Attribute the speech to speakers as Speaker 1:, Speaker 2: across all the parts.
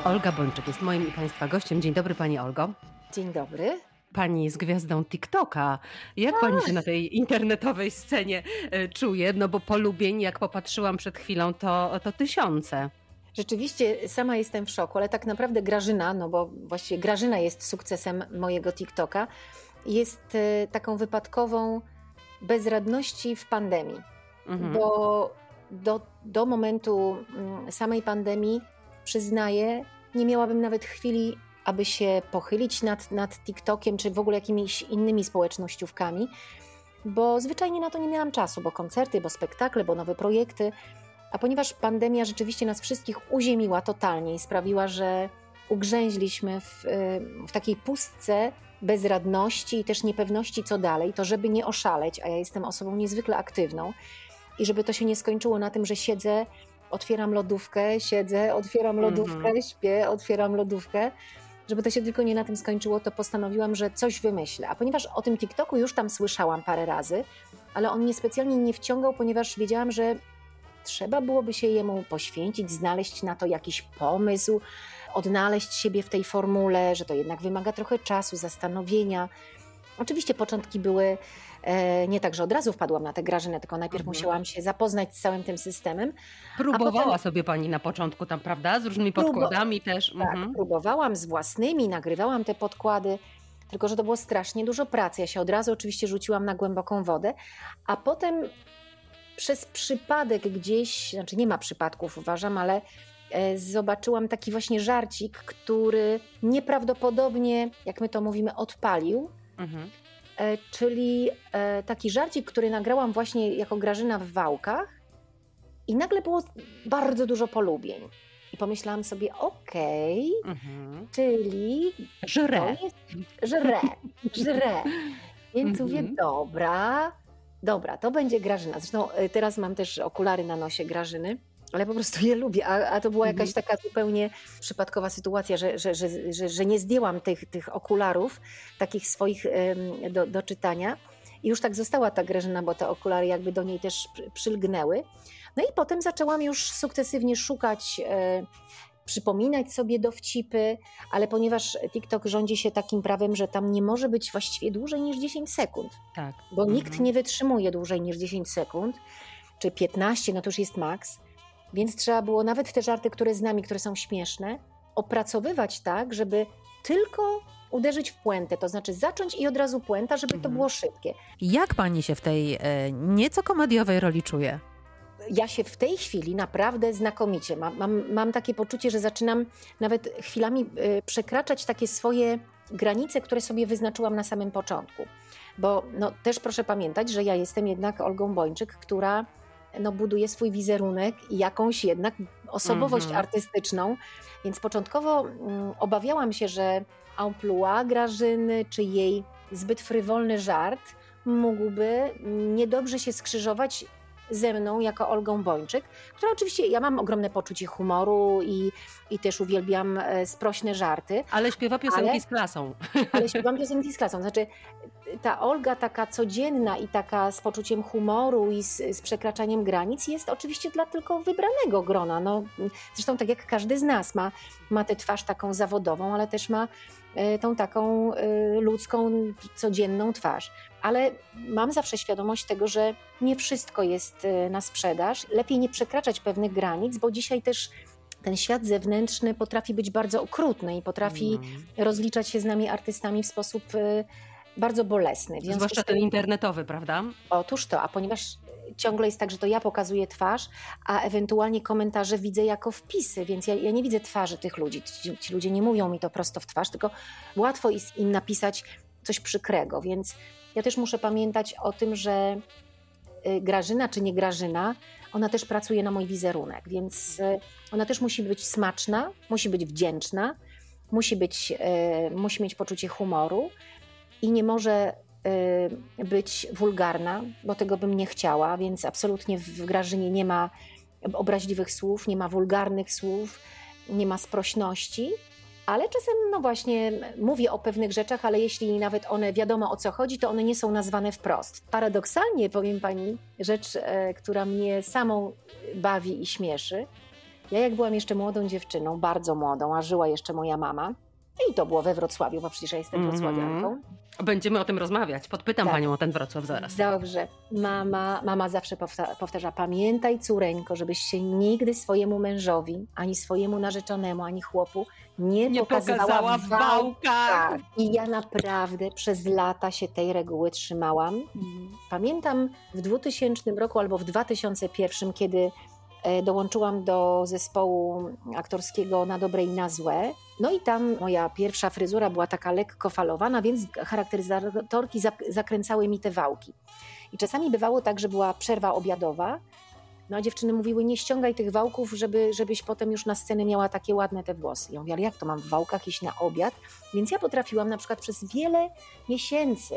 Speaker 1: Olga Bończyk jest moim i Państwa gościem. Dzień dobry Pani Olgo.
Speaker 2: Dzień dobry.
Speaker 1: Pani jest gwiazdą TikToka. Jak Pani się na tej internetowej scenie czuje? No bo polubień, jak popatrzyłam przed chwilą, to tysiące.
Speaker 2: Rzeczywiście sama jestem w szoku, ale tak naprawdę Grażyna, no bo właściwie Grażyna jest sukcesem mojego TikToka, jest taką wypadkową bezradności w pandemii. Bo do momentu samej pandemii, przyznaję, nie miałabym nawet chwili, aby się pochylić nad TikTokiem, czy w ogóle jakimiś innymi społecznościówkami, bo zwyczajnie na to nie miałam czasu, bo koncerty, bo spektakle, bo nowe projekty. A ponieważ pandemia rzeczywiście nas wszystkich uziemiła totalnie i sprawiła, że ugrzęźliśmy w takiej pustce bezradności i też niepewności co dalej, to żeby nie oszaleć, a ja jestem osobą niezwykle aktywną i żeby to się nie skończyło na tym, że siedzę, otwieram lodówkę, śpię, otwieram lodówkę, żeby to się tylko nie na tym skończyło, to postanowiłam, że coś wymyślę. A ponieważ o tym TikToku już tam słyszałam parę razy, ale on mnie specjalnie nie wciągał, ponieważ wiedziałam, że trzeba byłoby się jemu poświęcić, znaleźć na to jakiś pomysł, odnaleźć siebie w tej formule, że to jednak wymaga trochę czasu, zastanowienia. Oczywiście początki były nie tak, że od razu wpadłam na tę Grażynę, tylko najpierw musiałam się zapoznać z całym tym systemem.
Speaker 1: Próbowała sobie Pani na początku tam, prawda? Z różnymi podkładami też.
Speaker 2: Tak, próbowałam z własnymi, nagrywałam te podkłady, tylko że to było strasznie dużo pracy. Ja się od razu oczywiście rzuciłam na głęboką wodę, a potem przez przypadek gdzieś, znaczy nie ma przypadków uważam, ale zobaczyłam taki właśnie żarcik, który nieprawdopodobnie, jak my to mówimy, odpalił. Czyli taki żarcik, który nagrałam właśnie jako Grażyna w Wałkach i nagle było bardzo dużo polubień. I pomyślałam sobie, czyli
Speaker 1: żre.
Speaker 2: Więc mówię, dobra, to będzie Grażyna. Zresztą teraz mam też okulary na nosie Grażyny, ale po prostu je lubię, a to była jakaś taka zupełnie przypadkowa sytuacja, że nie zdjęłam tych okularów, takich swoich do czytania i już tak została ta Grażyna, bo te okulary jakby do niej też przylgnęły. No i potem zaczęłam już sukcesywnie szukać, przypominać sobie dowcipy, ale ponieważ TikTok rządzi się takim prawem, że tam nie może być właściwie dłużej niż 10 sekund,
Speaker 1: tak.
Speaker 2: Bo nikt nie wytrzymuje dłużej niż 10 sekund, czy 15, no to już jest maks. Więc trzeba było nawet te żarty, które znamy, które są śmieszne, opracowywać tak, żeby tylko uderzyć w puentę, to znaczy zacząć i od razu puenta, żeby to było szybkie.
Speaker 1: Jak Pani się w tej nieco komediowej roli czuje?
Speaker 2: Ja się w tej chwili naprawdę znakomicie. Mam takie poczucie, że zaczynam nawet chwilami przekraczać takie swoje granice, które sobie wyznaczyłam na samym początku. Bo też proszę pamiętać, że ja jestem jednak Olgą Bończyk, która buduje swój wizerunek i jakąś jednak osobowość artystyczną. Więc początkowo obawiałam się, że amplua Grażyny czy jej zbyt frywolny żart mógłby niedobrze się skrzyżować ze mną jako Olgą Bończyk, która oczywiście, ja mam ogromne poczucie humoru i też uwielbiam sprośne żarty.
Speaker 1: Ale śpiewa piosenki z klasą.
Speaker 2: Ale śpiewam piosenki z klasą. Znaczy ta Olga taka codzienna i taka z poczuciem humoru i z przekraczaniem granic jest oczywiście dla tylko wybranego grona. Zresztą tak jak każdy z nas ma tę twarz taką zawodową, ale też ma tą taką ludzką, codzienną twarz. Ale mam zawsze świadomość tego, że nie wszystko jest na sprzedaż. Lepiej nie przekraczać pewnych granic, bo dzisiaj też ten świat zewnętrzny potrafi być bardzo okrutny i potrafi rozliczać się z nami artystami w sposób bardzo bolesny.
Speaker 1: Zwłaszcza ten internetowy, prawda?
Speaker 2: Otóż to, a ponieważ ciągle jest tak, że to ja pokazuję twarz, a ewentualnie komentarze widzę jako wpisy, więc ja nie widzę twarzy tych ludzi. Ci ludzie nie mówią mi to prosto w twarz, tylko łatwo jest im napisać coś przykrego, więc ja też muszę pamiętać o tym, że Grażyna czy nie Grażyna, ona też pracuje na mój wizerunek, więc ona też musi być smaczna, musi być wdzięczna, musi mieć poczucie humoru i nie może być wulgarna, bo tego bym nie chciała, więc absolutnie w Grażynie nie ma obraźliwych słów, nie ma wulgarnych słów, nie ma sprośności, ale czasem właśnie mówię o pewnych rzeczach, ale jeśli nawet one wiadomo o co chodzi, to one nie są nazwane wprost. Paradoksalnie powiem Pani rzecz, która mnie samą bawi i śmieszy, Ja jak byłam jeszcze młodą dziewczyną, bardzo młodą, a żyła jeszcze moja mama, i to było we Wrocławiu, bo przecież ja jestem wrocławianką.
Speaker 1: Będziemy o tym rozmawiać. Podpytam panią o ten Wrocław zaraz.
Speaker 2: Dobrze. Mama zawsze powtarza, pamiętaj córeńko, żebyś się nigdy swojemu mężowi, ani swojemu narzeczonemu, ani chłopu nie pokazała w wałkach. Tak. I ja naprawdę przez lata się tej reguły trzymałam. Pamiętam w 2000 roku albo w 2001, kiedy dołączyłam do zespołu aktorskiego Na dobre i na złe. No i tam moja pierwsza fryzura była taka lekko falowana, więc charakteryzatorki zakręcały mi te wałki. I czasami bywało tak, że była przerwa obiadowa, no a dziewczyny mówiły, nie ściągaj tych wałków, żebyś potem już na scenę miała takie ładne te włosy. Ja mówię, ale jak to mam w wałkach iść na obiad? Więc ja potrafiłam na przykład przez wiele miesięcy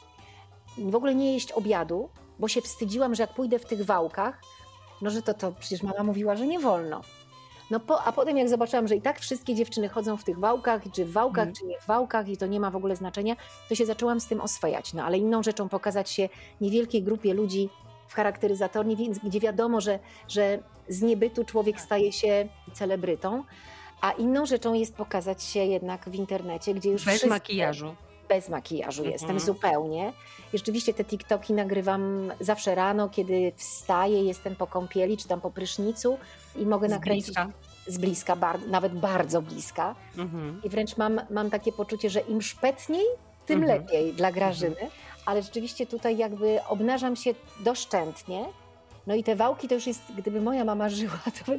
Speaker 2: w ogóle nie jeść obiadu, bo się wstydziłam, że jak pójdę w tych wałkach, no że to przecież mama mówiła, że nie wolno. A potem jak zobaczyłam, że i tak wszystkie dziewczyny chodzą w tych wałkach, czy w wałkach, czy nie w wałkach i to nie ma w ogóle znaczenia, to się zaczęłam z tym oswajać. No ale inną rzeczą pokazać się niewielkiej grupie ludzi w charakteryzatorni, więc gdzie wiadomo, że z niebytu człowiek staje się celebrytą, a inną rzeczą jest pokazać się jednak w internecie, gdzie już
Speaker 1: bez makijażu.
Speaker 2: Bez makijażu jestem zupełnie. I rzeczywiście te TikToki nagrywam zawsze rano, kiedy wstaję, jestem po kąpieli, czy tam po prysznicu i mogę nakręcić z bliska, nawet bardzo bliska. I wręcz mam takie poczucie, że im szpetniej, tym lepiej dla Grażyny. Ale rzeczywiście tutaj jakby obnażam się doszczętnie. No i te wałki to już jest, gdyby moja mama żyła, to by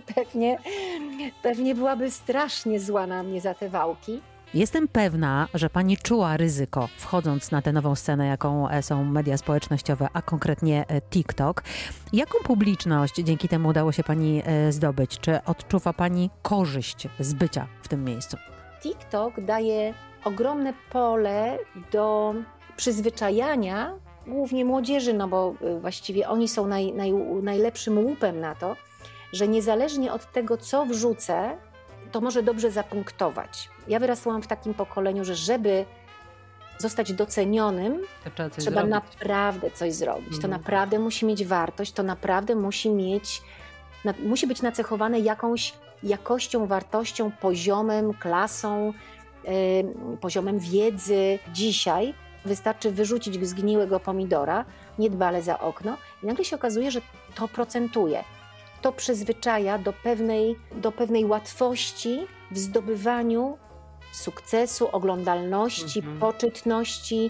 Speaker 2: pewnie byłaby strasznie zła na mnie za te wałki.
Speaker 3: Jestem pewna, że pani czuła ryzyko, wchodząc na tę nową scenę, jaką są media społecznościowe, a konkretnie TikTok. Jaką publiczność dzięki temu udało się pani zdobyć? Czy odczuwa pani korzyść z bycia w tym miejscu?
Speaker 2: TikTok daje ogromne pole do przyzwyczajania głównie młodzieży, no bo właściwie oni są najlepszym łupem na to, że niezależnie od tego, co wrzucę, to może dobrze zapunktować. Ja wyrastałam w takim pokoleniu, że żeby zostać docenionym, trzeba naprawdę coś zrobić. To naprawdę musi mieć wartość, to naprawdę musi być nacechowane jakąś jakością, wartością, poziomem, klasą, poziomem wiedzy. Dzisiaj wystarczy wyrzucić zgniłego pomidora niedbale za okno i nagle się okazuje, że to procentuje. To przyzwyczaja do pewnej łatwości w zdobywaniu sukcesu, oglądalności, poczytności,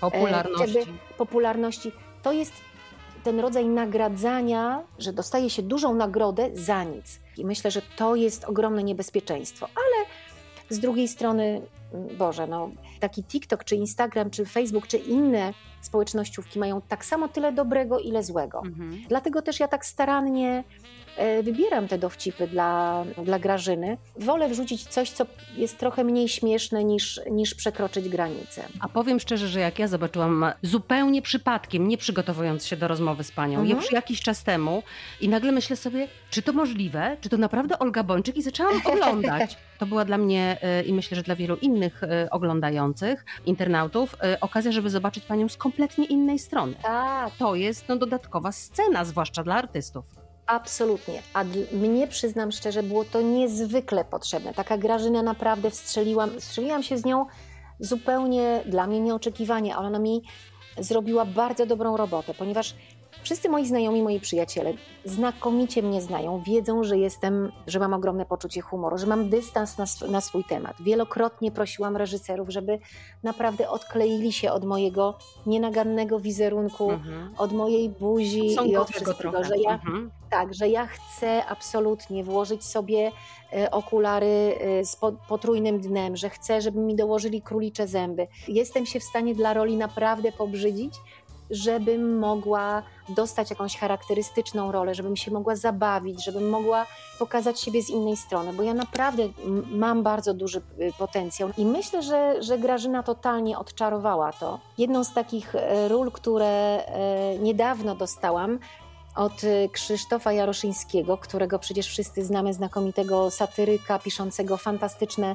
Speaker 2: popularności. To jest ten rodzaj nagradzania, że dostaje się dużą nagrodę za nic. I myślę, że to jest ogromne niebezpieczeństwo. Ale z drugiej strony, Boże, taki TikTok, czy Instagram, czy Facebook, czy inne społecznościówki mają tak samo tyle dobrego, ile złego. Dlatego też ja tak starannie wybieram te dowcipy dla Grażyny. Wolę wrzucić coś, co jest trochę mniej śmieszne niż przekroczyć granicę.
Speaker 1: A powiem szczerze, że jak ja zobaczyłam zupełnie przypadkiem, nie przygotowując się do rozmowy z panią, już jakiś czas temu i nagle myślę sobie, czy to możliwe, czy to naprawdę Olga Bończyk i zaczęłam oglądać. To była dla mnie i myślę, że dla wielu innych oglądających, internautów, okazja, żeby zobaczyć panią z kompletnie innej strony.
Speaker 2: Tak.
Speaker 1: To jest dodatkowa scena, zwłaszcza dla artystów.
Speaker 2: Absolutnie. A mnie, przyznam szczerze, było to niezwykle potrzebne. Taka Grażyna naprawdę strzeliłam się z nią zupełnie dla mnie nieoczekiwanie, ale ona mi zrobiła bardzo dobrą robotę, ponieważ wszyscy moi znajomi, moi przyjaciele znakomicie mnie znają, wiedzą, że mam ogromne poczucie humoru, że mam dystans na swój temat. Wielokrotnie prosiłam reżyserów, żeby naprawdę odkleili się od mojego nienagannego wizerunku, od mojej buzi i od wszystkiego, że ja chcę absolutnie włożyć sobie okulary z potrójnym dnem, że chcę, żeby mi dołożyli królicze zęby. Jestem się w stanie dla roli naprawdę pobrzydzić, żebym mogła dostać jakąś charakterystyczną rolę, żebym się mogła zabawić, żebym mogła pokazać siebie z innej strony, bo ja naprawdę mam bardzo duży potencjał i myślę, że Grażyna totalnie odczarowała to. Jedną z takich ról, które niedawno dostałam od Krzysztofa Jaroszyńskiego, którego przecież wszyscy znamy, znakomitego satyryka, piszącego fantastyczne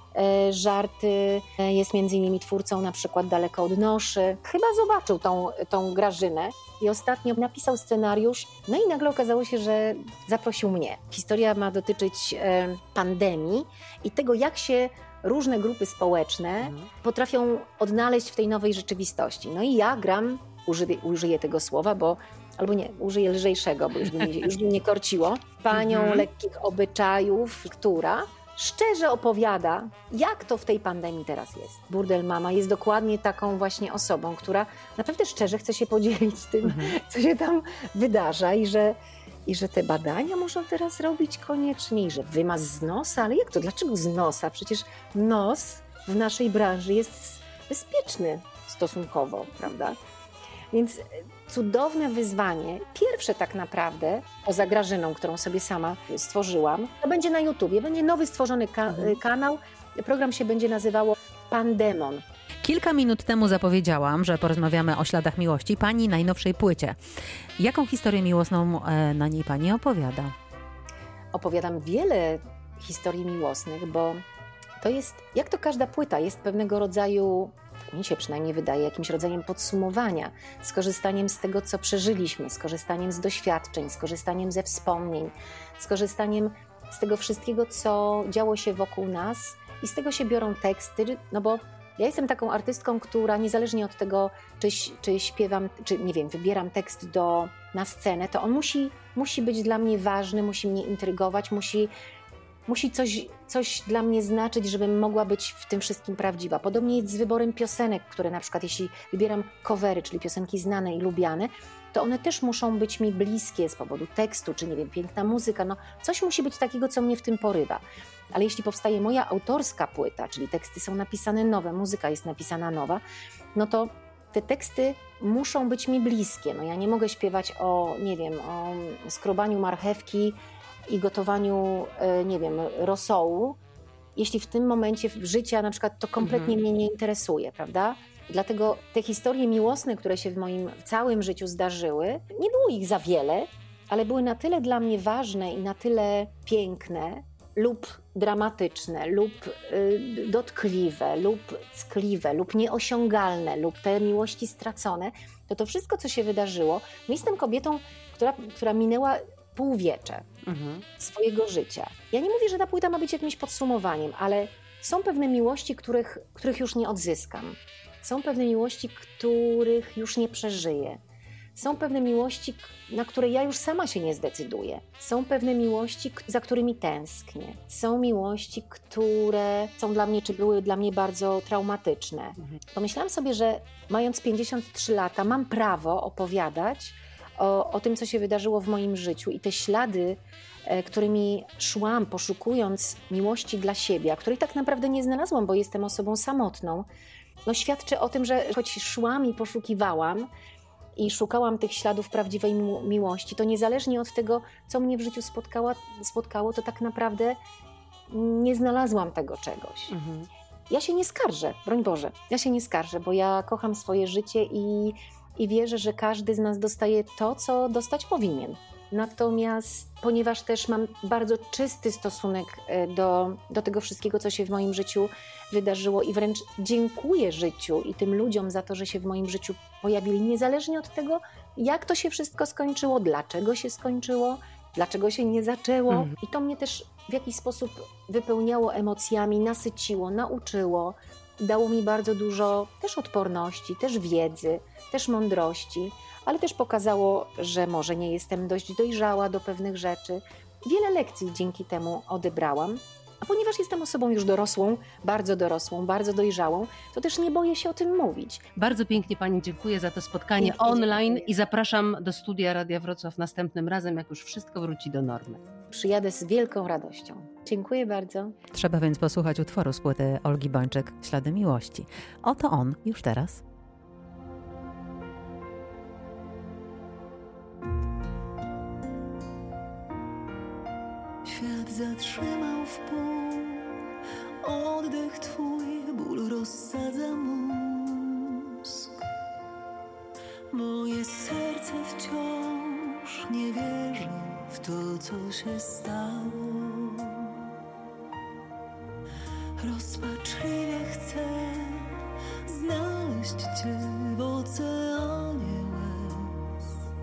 Speaker 2: żarty. Jest między innymi twórcą na przykład Daleko od Noszy. Chyba zobaczył tą Grażynę i ostatnio napisał scenariusz, no i nagle okazało się, że zaprosił mnie. Historia ma dotyczyć pandemii i tego, jak się różne grupy społeczne potrafią odnaleźć w tej nowej rzeczywistości. No i ja gram, użyję tego słowa, albo nie, użyję lżejszego, bo już by mnie korciło, panią lekkich obyczajów, która szczerze opowiada, jak to w tej pandemii teraz jest. Burdel Mama jest dokładnie taką właśnie osobą, która naprawdę szczerze chce się podzielić tym, co się tam wydarza i że te badania muszą teraz robić koniecznie i że wymaz z nosa, ale jak to, dlaczego z nosa? Przecież nos w naszej branży jest bezpieczny stosunkowo, prawda? Więc cudowne wyzwanie, pierwsze tak naprawdę, poza Grażyną, którą sobie sama stworzyłam, to będzie na YouTubie, będzie nowy stworzony kanał, program się będzie nazywało Pandemon.
Speaker 3: Kilka minut temu zapowiedziałam, że porozmawiamy o śladach miłości, pani najnowszej płycie. Jaką historię miłosną na niej pani opowiada?
Speaker 2: Opowiadam wiele historii miłosnych, bo to jest, jak to każda płyta, jest pewnego rodzaju, mi się przynajmniej wydaje, jakimś rodzajem podsumowania, skorzystaniem z tego, co przeżyliśmy, skorzystaniem z doświadczeń, skorzystaniem ze wspomnień, skorzystaniem z tego wszystkiego, co działo się wokół nas i z tego się biorą teksty, no bo ja jestem taką artystką, która niezależnie od tego, czy śpiewam, czy nie wiem, wybieram tekst na scenę, to on musi być dla mnie ważny, musi mnie intrygować, musi coś dla mnie znaczyć, żebym mogła być w tym wszystkim prawdziwa. Podobnie jest z wyborem piosenek, które na przykład jeśli wybieram covery, czyli piosenki znane i lubiane, to one też muszą być mi bliskie z powodu tekstu, czy nie wiem, piękna muzyka, no coś musi być takiego, co mnie w tym porywa. Ale jeśli powstaje moja autorska płyta, czyli teksty są napisane nowe, muzyka jest napisana nowa, no to te teksty muszą być mi bliskie. No ja nie mogę śpiewać o skrobaniu marchewki i gotowaniu, nie wiem, rosołu, jeśli w tym momencie życia na przykład to kompletnie mnie nie interesuje, prawda? Dlatego te historie miłosne, które się w moim całym życiu zdarzyły, nie było ich za wiele, ale były na tyle dla mnie ważne i na tyle piękne lub dramatyczne, lub dotkliwe, lub ckliwe, lub nieosiągalne, lub te miłości stracone, to wszystko, co się wydarzyło, jestem kobietą, która minęła półwiecze swojego życia. Ja nie mówię, że ta płyta ma być jakimś podsumowaniem, ale są pewne miłości, których już nie odzyskam. Są pewne miłości, których już nie przeżyję. Są pewne miłości, na które ja już sama się nie zdecyduję. Są pewne miłości, za którymi tęsknię. Są miłości, które są dla mnie, czy były dla mnie bardzo traumatyczne. Pomyślałam sobie, że mając 53 lata mam prawo opowiadać o tym, co się wydarzyło w moim życiu i te ślady, którymi szłam, poszukując miłości dla siebie, a której tak naprawdę nie znalazłam, bo jestem osobą samotną, no świadczy o tym, że choć szłam i poszukiwałam i szukałam tych śladów prawdziwej miłości, to niezależnie od tego, co mnie w życiu spotkało, to tak naprawdę nie znalazłam tego czegoś. Ja się nie skarżę, broń Boże, ja się nie skarżę, bo ja kocham swoje życie i wierzę, że każdy z nas dostaje to, co dostać powinien. Natomiast ponieważ też mam bardzo czysty stosunek do tego wszystkiego, co się w moim życiu wydarzyło i wręcz dziękuję życiu i tym ludziom za to, że się w moim życiu pojawili, niezależnie od tego, jak to się wszystko skończyło, dlaczego się skończyło, dlaczego się nie zaczęło. I to mnie też w jakiś sposób wypełniało emocjami, nasyciło, nauczyło. Dało mi bardzo dużo też odporności, też wiedzy, też mądrości, ale też pokazało, że może nie jestem dość dojrzała do pewnych rzeczy. Wiele lekcji dzięki temu odebrałam, a ponieważ jestem osobą już dorosłą, bardzo dojrzałą, to też nie boję się o tym mówić.
Speaker 1: Bardzo pięknie pani dziękuję za to spotkanie online i zapraszam do studia Radia Wrocław następnym razem, jak już wszystko wróci do normy.
Speaker 2: Przyjadę z wielką radością. Dziękuję bardzo.
Speaker 3: Trzeba więc posłuchać utworu z płyty Olgi Bończyk Ślady miłości. Oto on już teraz.
Speaker 4: Świat zatrzymał w pół, oddech twój, ból rozsadza mózg. Moje serce wciąż nie wierzy w to, co się stało. rozpaczliwie chcę znaleźć Cię w oceanie łez.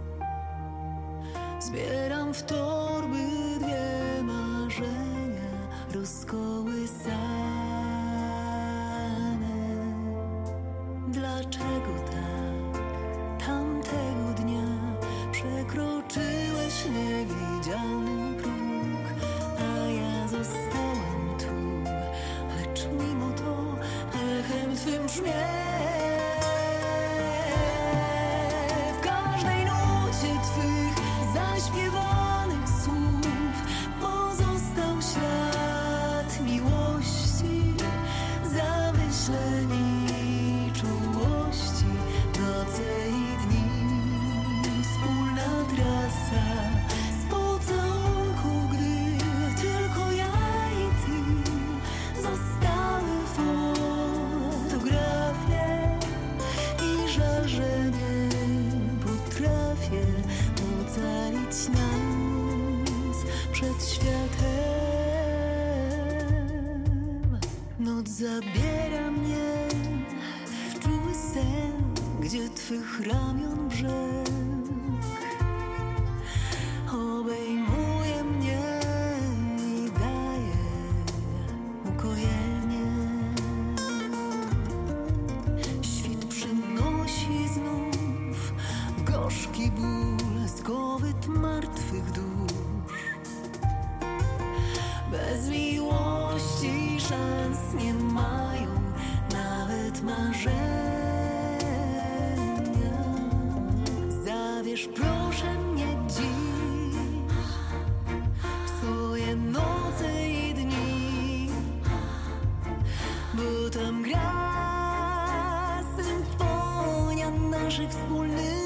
Speaker 4: Zbieram w torby dwie marzenia rozkołysane. Dlaczego tak tamtego dnia przekroczyłeś niewidzialny próg, a ja zostałam tu, lecz mimo to echem Twym brzmię. W każdej nucie Twych zaśpiewanych słów pozostał ślad miłości, zamyśleń i czułości, noce i dni, wspólna trasa z pocałunków, gdy tylko ja i Ty, zostały fotografie i żal, że nie potrafię ocalić nas przed światem. Noc zabiera mnie w czuły sen, gdzie Twych ramion brzeg obejmuje mnie i daje ukojenie. Świt przynosi znów gorzki ból, skowyt martwych dusz. Bez miłości szans nie mają nawet marzenia. Zabierz proszę mnie dziś w swoje noce i dni, bo tam gra symfonia naszych wspólnych